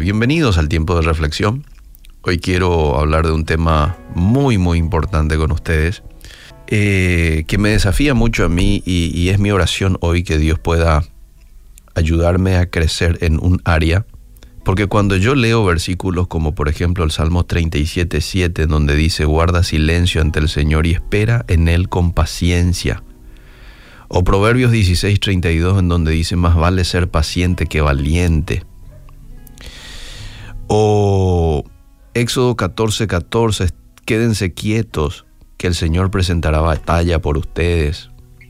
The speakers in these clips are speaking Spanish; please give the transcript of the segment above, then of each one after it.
Bienvenidos al tiempo de reflexión. Hoy quiero hablar de un tema muy importante con ustedes, que me desafía mucho a mí y es mi oración hoy que Dios pueda ayudarme a crecer en un área. Porque cuando yo leo versículos como por ejemplo el Salmo 37:7, donde dice guarda silencio ante el Señor y espera en Él con paciencia, o Proverbios 16:32, en donde dice más vale ser paciente que valiente, o Éxodo 14:14, quédense quietos que el Señor presentará batalla por ustedes.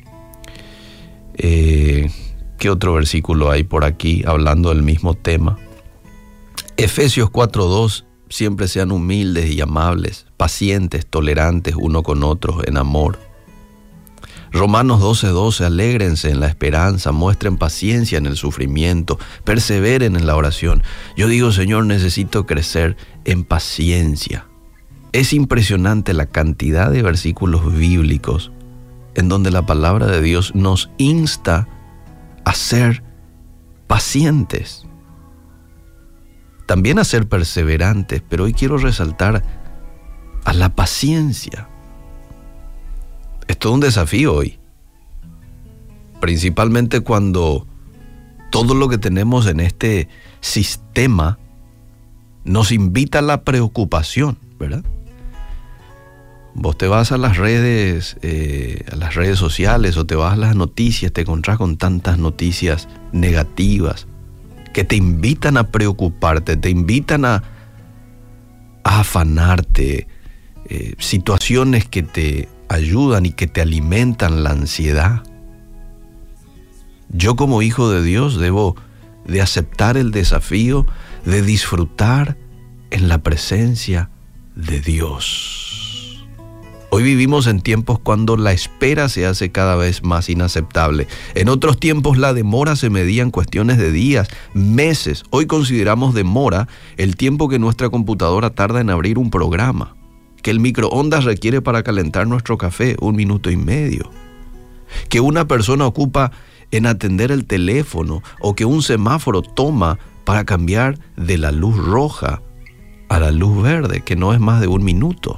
¿Qué otro versículo hay por aquí hablando del mismo tema? Efesios 4:2, siempre sean humildes y amables, pacientes, tolerantes uno con otros en amor. Romanos 12:12, alégrense en la esperanza, muestren paciencia en el sufrimiento, perseveren en la oración. Yo digo, Señor, necesito crecer en paciencia. Es impresionante la cantidad de versículos bíblicos en donde la palabra de Dios nos insta a ser pacientes, también a ser perseverantes, pero hoy quiero resaltar a la paciencia. Es todo un desafío hoy, principalmente cuando todo lo que tenemos en este sistema nos invita a la preocupación, ¿verdad? Vos te vas a las redes sociales o te vas a las noticias, te encontrás con tantas noticias negativas que te invitan a preocuparte, te invitan a afanarte, situaciones que te ayudan y que te alimentan la ansiedad. Yo como hijo de Dios debo de aceptar el desafío de disfrutar en la presencia de Dios. Hoy vivimos en tiempos cuando la espera se hace cada vez más inaceptable. En otros tiempos la demora se medía en cuestiones de días, meses. Hoy consideramos demora el tiempo que nuestra computadora tarda en abrir un programa, que el microondas requiere para calentar nuestro café 1 minuto y medio, que una persona ocupa en atender el teléfono o que un semáforo toma para cambiar de la luz roja a la luz verde, que no es más de 1 minuto.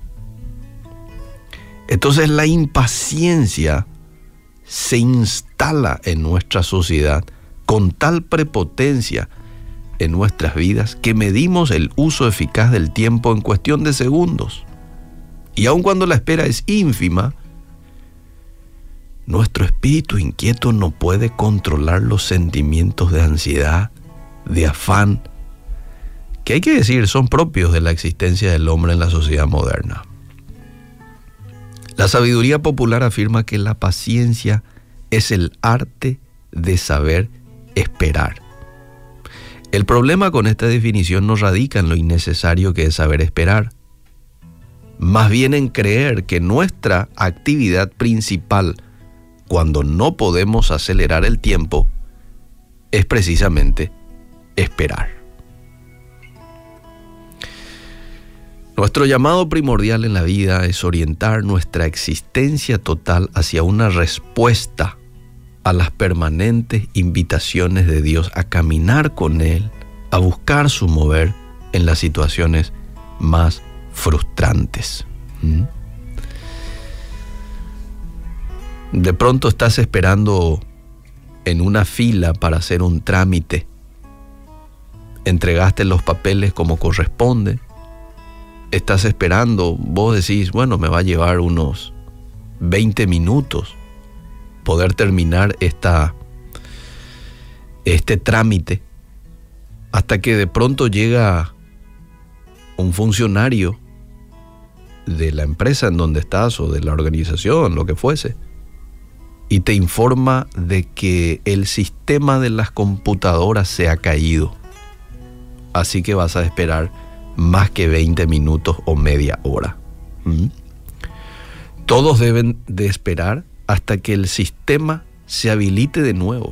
Entonces la impaciencia se instala en nuestra sociedad con tal prepotencia en nuestras vidas que medimos el uso eficaz del tiempo en cuestión de segundos. Y aun cuando la espera es ínfima, nuestro espíritu inquieto no puede controlar los sentimientos de ansiedad, de afán, que hay que decir son propios de la existencia del hombre en la sociedad moderna. La sabiduría popular afirma que la paciencia es el arte de saber esperar. El problema con esta definición no radica en lo innecesario que es saber esperar, más bien en creer que nuestra actividad principal, cuando no podemos acelerar el tiempo, es precisamente esperar. Nuestro llamado primordial en la vida es orientar nuestra existencia total hacia una respuesta a las permanentes invitaciones de Dios a caminar con Él, a buscar su mover en las situaciones más frustrantes. De pronto estás esperando en una fila para hacer un trámite. Entregaste los papeles como corresponde. Estás esperando, vos decís, bueno, me va a llevar unos 20 minutos poder terminar este trámite, hasta que de pronto llega un funcionario de la empresa en donde estás o de la organización, lo que fuese, y te informa de que el sistema de las computadoras se ha caído, así que vas a esperar más que 20 minutos o media hora. Todos deben de esperar hasta que el sistema se habilite de nuevo.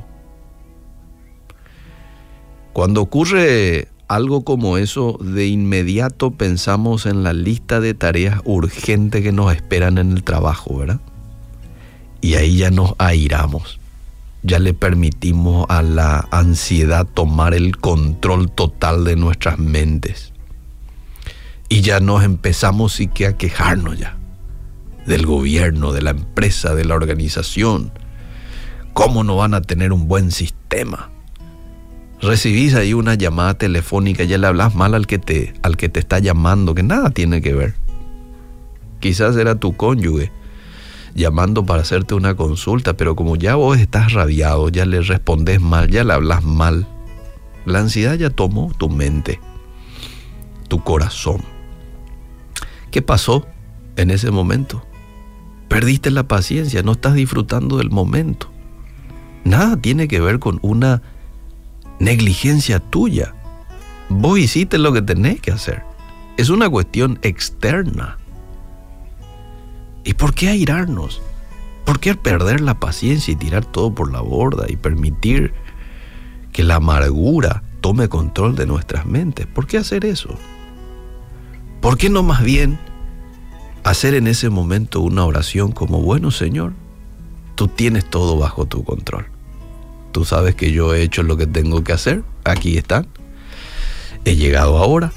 Cuando ocurre algo como eso, de inmediato pensamos en la lista de tareas urgentes que nos esperan en el trabajo, ¿verdad? Y ahí ya nos airamos. ya le permitimos a la ansiedad tomar el control total de nuestras mentes. Y ya nos empezamos sí que a quejarnos ya del gobierno, de la empresa, de la organización. ¿Cómo no van a tener un buen sistema? Recibís ahí una llamada telefónica, ya le hablas mal al que te está llamando, que nada tiene que ver. Quizás era tu cónyuge llamando para hacerte una consulta, pero como ya vos estás rabiado, ya le respondes mal, ya le hablas mal, la ansiedad ya tomó tu mente, tu corazón. ¿Qué pasó en ese momento? Perdiste la paciencia, no estás disfrutando del momento. Nada tiene que ver con una negligencia tuya. Vos hiciste lo que tenés que hacer. Es una cuestión externa. ¿Y por qué airarnos? ¿Por qué perder la paciencia y tirar todo por la borda y permitir que la amargura tome control de nuestras mentes? ¿Por qué hacer eso? ¿Por qué no más bien hacer en ese momento una oración como: bueno, Señor, tú tienes todo bajo tu control. Tú sabes que yo he hecho lo que tengo que hacer. Aquí están. He llegado ahora.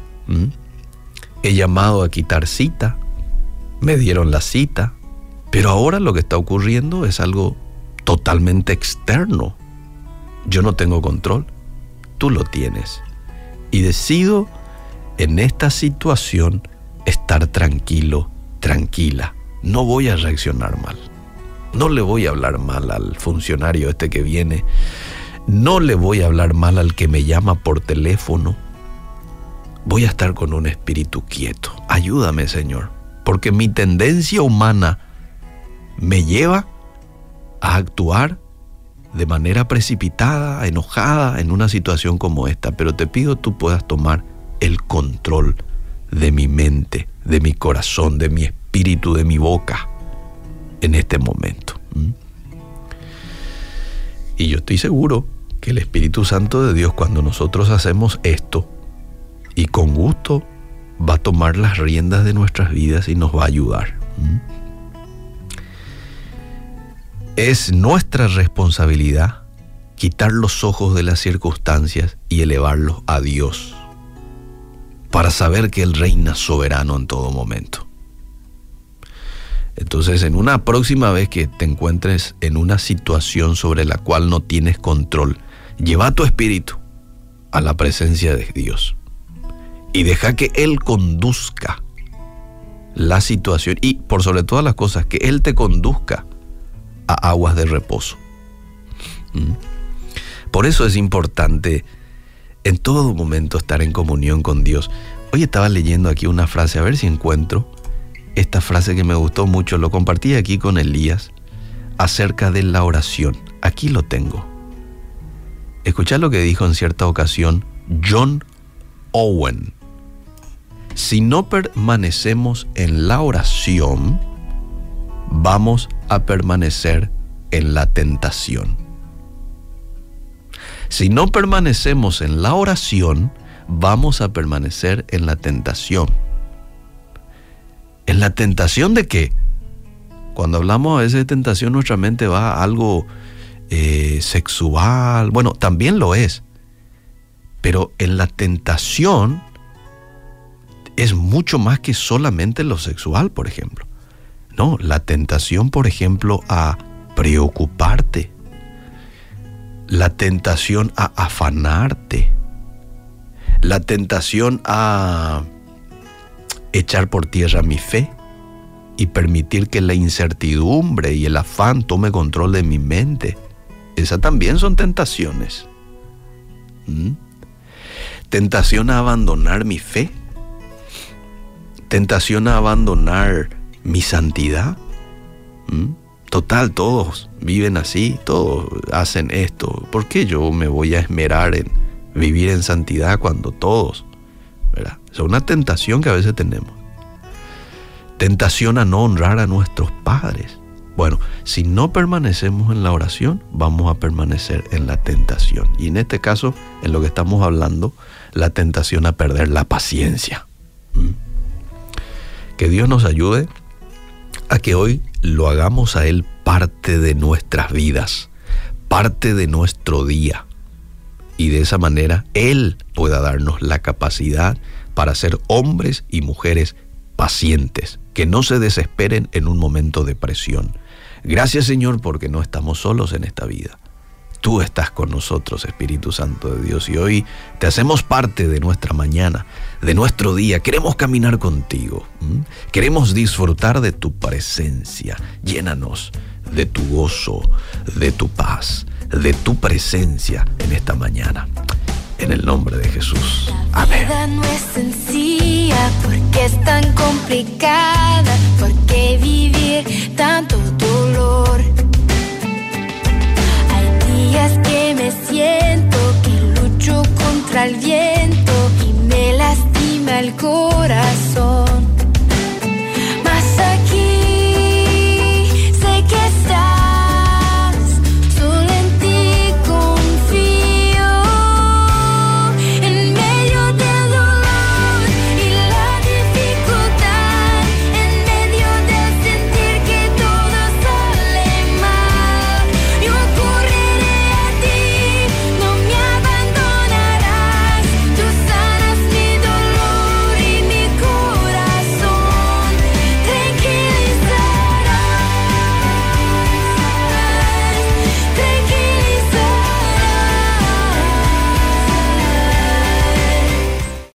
He llamado a quitar cita. Me dieron la cita. Pero ahora lo que está ocurriendo es algo totalmente externo. Yo no tengo control. Tú lo tienes. Y decido en esta situación estar tranquilo, tranquila. No voy a reaccionar mal. No le voy a hablar mal al funcionario este que viene. No le voy a hablar mal al que me llama por teléfono. Voy a estar con un espíritu quieto. Ayúdame, Señor, porque mi tendencia humana me lleva a actuar de manera precipitada, enojada en una situación como esta. Pero te pido tú puedas tomar el control de mi mente, de mi corazón, de mi espíritu, de mi boca en este momento. Y yo estoy seguro que el Espíritu Santo de Dios, cuando nosotros hacemos esto, y con gusto, va a tomar las riendas de nuestras vidas y nos va a ayudar. Es nuestra responsabilidad quitar los ojos de las circunstancias y elevarlos a Dios, para saber que Él reina soberano en todo momento. Entonces, en una próxima vez que te encuentres en una situación sobre la cual no tienes control, lleva tu espíritu a la presencia de Dios y deja que Él conduzca la situación, y por sobre todas las cosas, que Él te conduzca a aguas de reposo. Por eso es importante en todo momento estar en comunión con Dios. Hoy estaba leyendo aquí una frase, a ver si encuentro esta frase que me gustó mucho. Lo compartí aquí con Elías acerca de la oración. Aquí lo tengo. Escuchá lo que dijo en cierta ocasión John Owen. Si no permanecemos en la oración, vamos a permanecer en la tentación. Si no permanecemos en la oración, vamos a permanecer en la tentación. ¿En la tentación de qué? Cuando hablamos a veces de tentación, nuestra mente va a algo sexual. Bueno, también lo es. Pero en la tentación es mucho más que solamente lo sexual, por ejemplo. No, la tentación, por ejemplo, a preocuparte. La tentación a afanarte. La tentación a echar por tierra mi fe y permitir que la incertidumbre y el afán tome control de mi mente. Esas también son tentaciones. Tentación a abandonar mi fe. Tentación a abandonar mi santidad. Total, todos viven así, todos hacen esto. ¿Por qué yo me voy a esmerar en vivir en santidad cuando todos, ¿verdad? Es una tentación que a veces tenemos. Tentación a no honrar a nuestros padres. Bueno, si no permanecemos en la oración, vamos a permanecer en la tentación. Y en este caso, en lo que estamos hablando, la tentación a perder la paciencia. Que Dios nos ayude a que hoy lo hagamos a Él parte de nuestras vidas, parte de nuestro día. Y de esa manera Él pueda darnos la capacidad para ser hombres y mujeres pacientes, que no se desesperen en un momento de presión. Gracias, Señor, porque no estamos solos en esta vida. Tú estás con nosotros, Espíritu Santo de Dios, y hoy te hacemos parte de nuestra mañana, de nuestro día. Queremos caminar contigo. Queremos disfrutar de tu presencia. Llénanos de tu gozo, de tu paz, de tu presencia en esta mañana. En el nombre de Jesús. Amén. La vida no es sencilla, porque es tan complicada, porque vivir tanto dolor. Hay días que me siento que lucho contra el viento y me lastima el corazón.